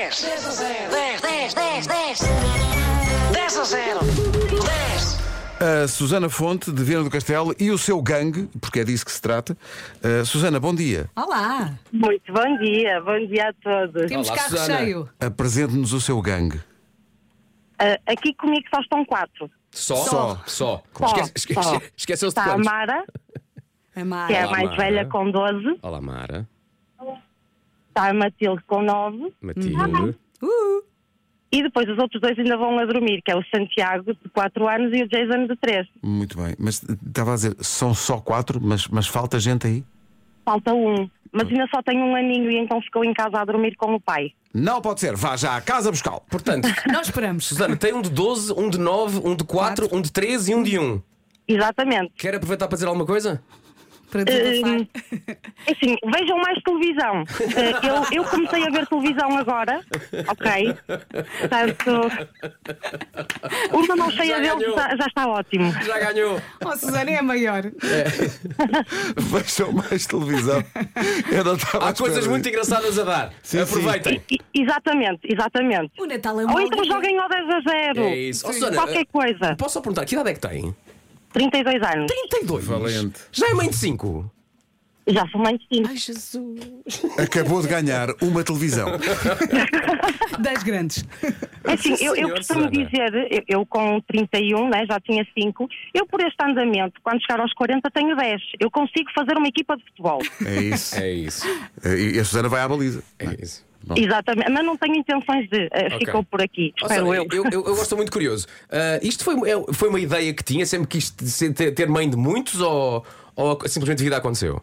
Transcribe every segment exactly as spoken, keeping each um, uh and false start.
dez, dez a zero. dez, dez, dez, dez. dez a zero. dez. A Susana Fonte, de Viana do Castelo, e o seu gangue, porque é disso que se trata. Uh, Susana, bom dia. Olá! Muito bom dia, bom dia a todos. Temos Olá, carro Susana. cheio. Apresente-nos o seu gangue. Ah, aqui comigo só estão quatro. Só? Só. Só. Só, Esque- esque- só. Esqueceu-se de Está a quantos? Mara, A Mara. que é a Olá, mais Mara. velha, com doze. Olá, Mara. Está a Matilde, com nove. Matilde. Uh, E depois os outros dois ainda vão a dormir, que é o Santiago, de quatro anos, e o Jason, de três. Muito bem. Mas estava a dizer, são só quatro, mas, mas falta gente aí? Falta um. Mas ainda só tem um aninho e então ficou em casa a dormir com o pai. Não pode ser. Vá já à casa buscá-lo. Portanto, nós esperamos. Susana, tem um de doze, um de nove, um de quatro, um de treze e um de um. Exatamente. Quer aproveitar para dizer alguma coisa? Para desabafar. É assim, vejam mais televisão. Eh, eu, eu comecei a ver televisão agora, ok? Portanto, uma mão cheia Já deles ganhou. já, já está ótimo. Já ganhou. Oh, Susana é a maior. Vejam mais televisão. Eu não estava à Há coisas espera muito disso. engraçadas a dar. Sim, Aproveitem. E- exatamente, exatamente. O Natal é Ou uma então alegria. joguem ao dez a zero. É isso. Oh, Susana, Qualquer eh, coisa. Posso só perguntar, que idade é que tem? trinta e dois anos. trinta e dois. Valente. Já é mãe de cinco. Já sou mãe de cinco. Ai, Jesus. Acabou de ganhar uma televisão. Das grandes. É assim, eu, eu senhor, costumo Susana. dizer, eu, eu com trinta e um, né, já tinha cinco, eu por este andamento, quando chegar aos quarenta, tenho dez. Eu consigo fazer uma equipa de futebol. É isso. É isso. E a Susana vai à baliza. É isso. Bom. Exatamente, mas não tenho intenções de. eh, Ok. Ficou por aqui, Ó, espero Susana, eu. eu, eu, eu gosto muito curioso. Ah, isto foi, é- foi uma ideia que tinha, sempre quis ser- ter, ter mãe de muitos ou, ou simplesmente a vida aconteceu?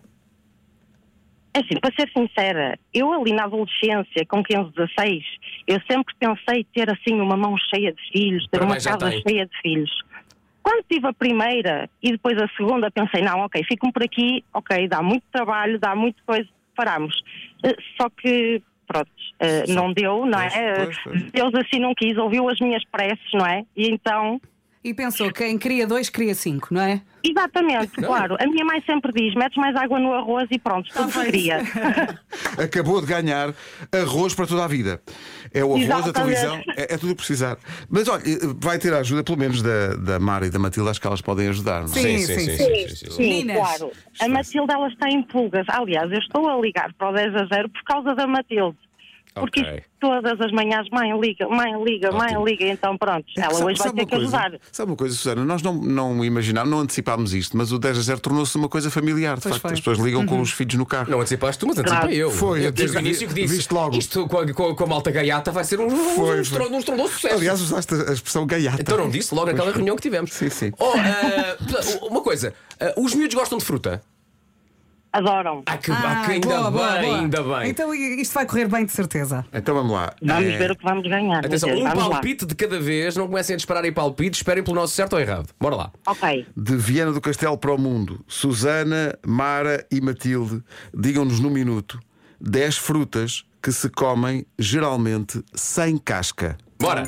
É assim, para ser sincera, eu ali na adolescência, com quinze, dezasseis, eu sempre pensei ter assim uma mão cheia de filhos, ter Para uma mais já casa tem. cheia de filhos. Quando tive a primeira e depois a segunda, pensei, não, ok, ficam por aqui, ok, dá muito trabalho, dá muita coisa, paramos. Eh, Só que, pronto, eh, não deu, não é? Pois, pois, pois. Deus assim não quis, ouviu as minhas preces, não é? E então... E pensou, quem cria dois, cria cinco, não é? Exatamente, claro. A minha mãe sempre diz: metes mais água no arroz e pronto, tudo se cria. Acabou de ganhar arroz para toda a vida. É o arroz, Exatamente. a televisão, é, é tudo o que precisar. Mas olha, vai ter a ajuda, pelo menos, da, da Mara e da Matilde, acho que elas podem ajudar, não é? Sim, sim, sim. sim, sim. Sim, Meninas. claro. A Matilde, ela está em pulgas. Aliás, eu estou a ligar para o dez a zero por causa da Matilde. Porque Ok. isto, todas as manhãs, mãe liga, mãe liga, mãe Ótimo. liga, então pronto, ela Sabe- hoje vai sabe ter uma que coisa? ajudar. Sabe uma coisa, Susana? Nós não, não imaginámos, não antecipámos isto, mas o dez a zero tornou-se uma coisa familiar. De Pois facto, foi. as pessoas ligam com os filhos no carro. Não antecipaste tu, mas antecipa Claro. eu. Foi, eu eu desde o vi- início que disse. viste logo. Isto com, a- com, a- com a malta gaiata vai ser um, Foi, um, foi. estro- um estrondoso sucesso. Aliás, usaste a expressão gaiata. Então não disse logo naquela reunião que tivemos. Sim, sim. Oh, ah, uma coisa, ah, os miúdos gostam de fruta? Adoram. Ah, que, ah, que ainda, boa, bem, boa, boa. ainda bem. Então isto vai correr bem, de certeza. Então vamos lá. Vamos É, ver o que vamos ganhar. meu Atenção, Deus, um vamos lá. palpite de cada vez, não comecem a disparar aí palpites, esperem pelo nosso certo ou errado. Bora lá. Ok. De Viana do Castelo para o mundo, Susana, Mara e Matilde, digam-nos num minuto dez frutas que se comem geralmente sem casca. Bora.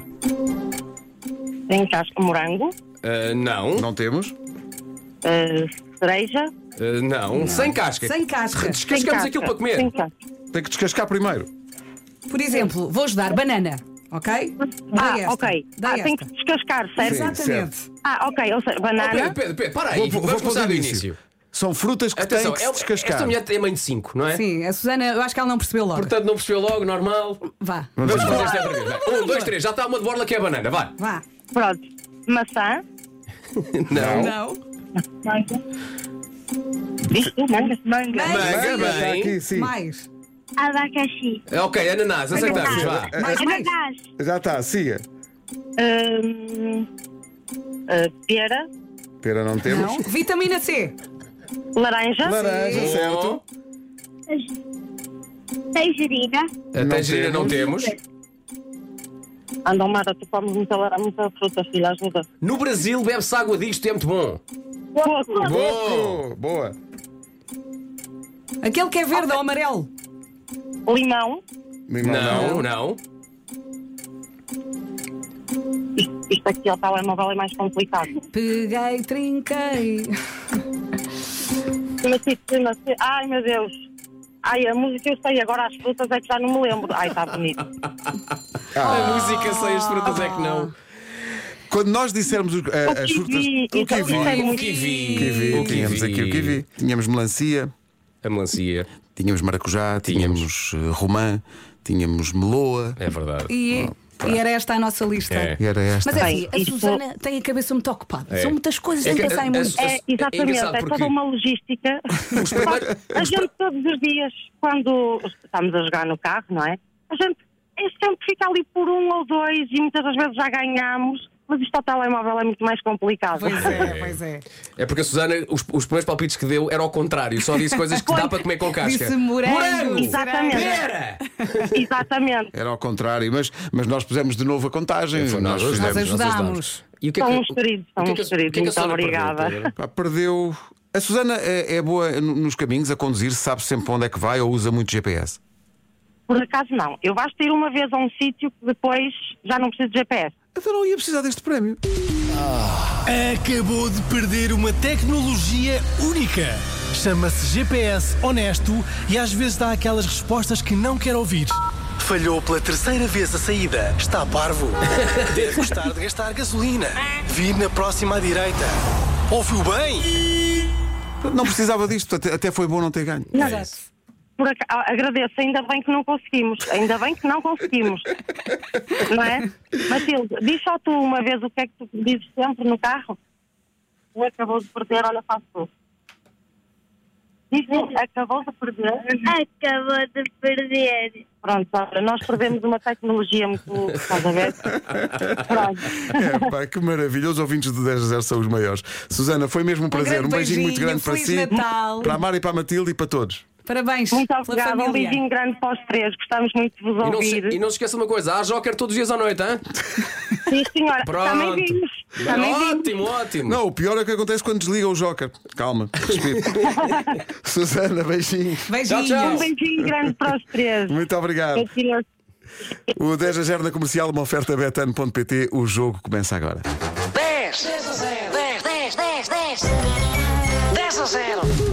Tem casca morango, Ah, não. Não temos? eh, cereja. Ah, não. Sem casca. Sem casca. sem Descascamos casca, aquilo para comer. sem casca. Tem que descascar primeiro. Por exemplo, vou ajudar banana, ok? Ah, Dei esta. ok. Dei Ah, tem esta. que descascar, certo? Sim. Exatamente. Ah, ok. Ou seja, Oh, banana. Pedro, Pedro, Pedro, para aí. Vou- vou- Vamos vou começar pôr do do início. São frutas que Atenção, têm que é- se descascar. esta mulher tem mãe de cinco, não é? Sim, a Susana, eu acho que ela não percebeu logo. Portanto, não percebeu logo, normal. Vá, Vamos embora. fazer isto outra vez. vai. Um, dois, três. Já está uma de borla que é a banana. Vai. vá. Pronto. Maçã. Não. Não. Manga. Diz tu, manga. Manga. Manga. Manga, Está bem. aqui, sim. Mais. Abacaxi. Ok, ananás, aceitamos. Vá. Mais, mais. Ananás. Já está, siga. Hum, eh, pera. Pera, não temos. Não. Vitamina C. Laranja. Laranja, certo. Tangerina. A tangerina não temos. Andam, Mara, tu comes muita, lara- muita fruta, filha, ajuda. No Brasil bebe-se água disto, é muito bom. Coco. Boa. Boa. Aquele que é verde ou amarelo. Limão. Limão, Não, não. Isto, isto aqui ao telemóvel é mais complicado. Peguei, trinquei. Mas, mas, ai, meu Deus. Ai, a música eu sei, agora as frutas é que já não me lembro. Ai, está bonito. A música sem as frutas é que não. Quando nós dissermos os- a- O as frutas. kiwi, O então, kiwi. isso é O muito- kiwi. Kiwi, O tínhamos aqui o kiwi. Tínhamos melancia, A melancia. tínhamos maracujá, tínhamos eh, romã, tínhamos meloa. É verdade. E, e era esta a nossa lista. É. E era esta. Mas é Bem, assim, a isso- Susana tem a cabeça muito ocupada. É. São muitas coisas, É tem que que pensar em a- a- muito. a- É, exatamente, engraçado é, porque- toda uma logística. primeiros- a gente todos os dias, quando estamos a jogar no carro, não é? A gente é sempre fica ali por um ou dois e muitas das vezes já ganhamos, mas isto ao telemóvel é muito mais complicado. Pois é, pois é. É porque a Susana, os, os primeiros palpites que deu era ao contrário, só disse coisas que dá para comer com casca. Disse morango. Exatamente. Pera! Exatamente. Era ao contrário, mas, mas nós pusemos de novo a contagem. Foi, nós nós fizemos. Nós ajudámos. E o que é São que- uns queridos, o são que é que a- uns queridos. o que é que a Muito Susana obrigada. perdeu? Pá, perdeu. A Susana é, é boa no- nos caminhos, a conduzir, sabe sempre onde é que vai ou usa muito G P S. Por acaso não. Eu basta ir uma vez a um sítio que depois já não preciso de G P S. Então não ia precisar deste prémio. Acabou de perder uma tecnologia única. Chama-se G P S honesto e às vezes dá aquelas respostas que não quer ouvir. Falhou pela terceira vez a saída. Está parvo. Deve gostar de gastar gasolina. Vir na próxima à direita. Ouviu bem? Não precisava disto, até, até foi bom não ter ganho. Exato. Por aca- ah, agradeço, ainda bem que não conseguimos. Ainda bem que não conseguimos. Não é? Matilde, diz só tu uma vez o que é que tu dizes sempre no carro. O acabou de perder, olha, faço tu. Diz acabou de perder. Acabou de perder. Pronto, olha, nós perdemos uma tecnologia muito. Estás a ver? Pronto. É, pá, que maravilha. Os ouvintes do dez a zero são os maiores. Susana, foi mesmo um prazer. grande Um beijinho muito beijinho, grande para Feliz si, Natal. para a Mara e para a Matilde e para todos. Parabéns Muito pela obrigada. Um família. beijinho grande para os três. Gostamos muito de vos E não, se, ouvir. e não se esqueça de uma coisa, há Joker todos os dias à noite, hein? Sim, senhora. Pronto. Também vimos. Também vimos. Ótimo, ótimo. Não, o pior é o que acontece quando desliga o Joker. Calma, respira. Susana, beijinho. Beijinhos. Tchau, tchau. Um beijinho grande para os três. Muito obrigado. Continua- O dez a zero na comercial, uma oferta betano ponto pt. O jogo começa agora. dez, dez a zero, dez, dez, dez, dez, dez a zero.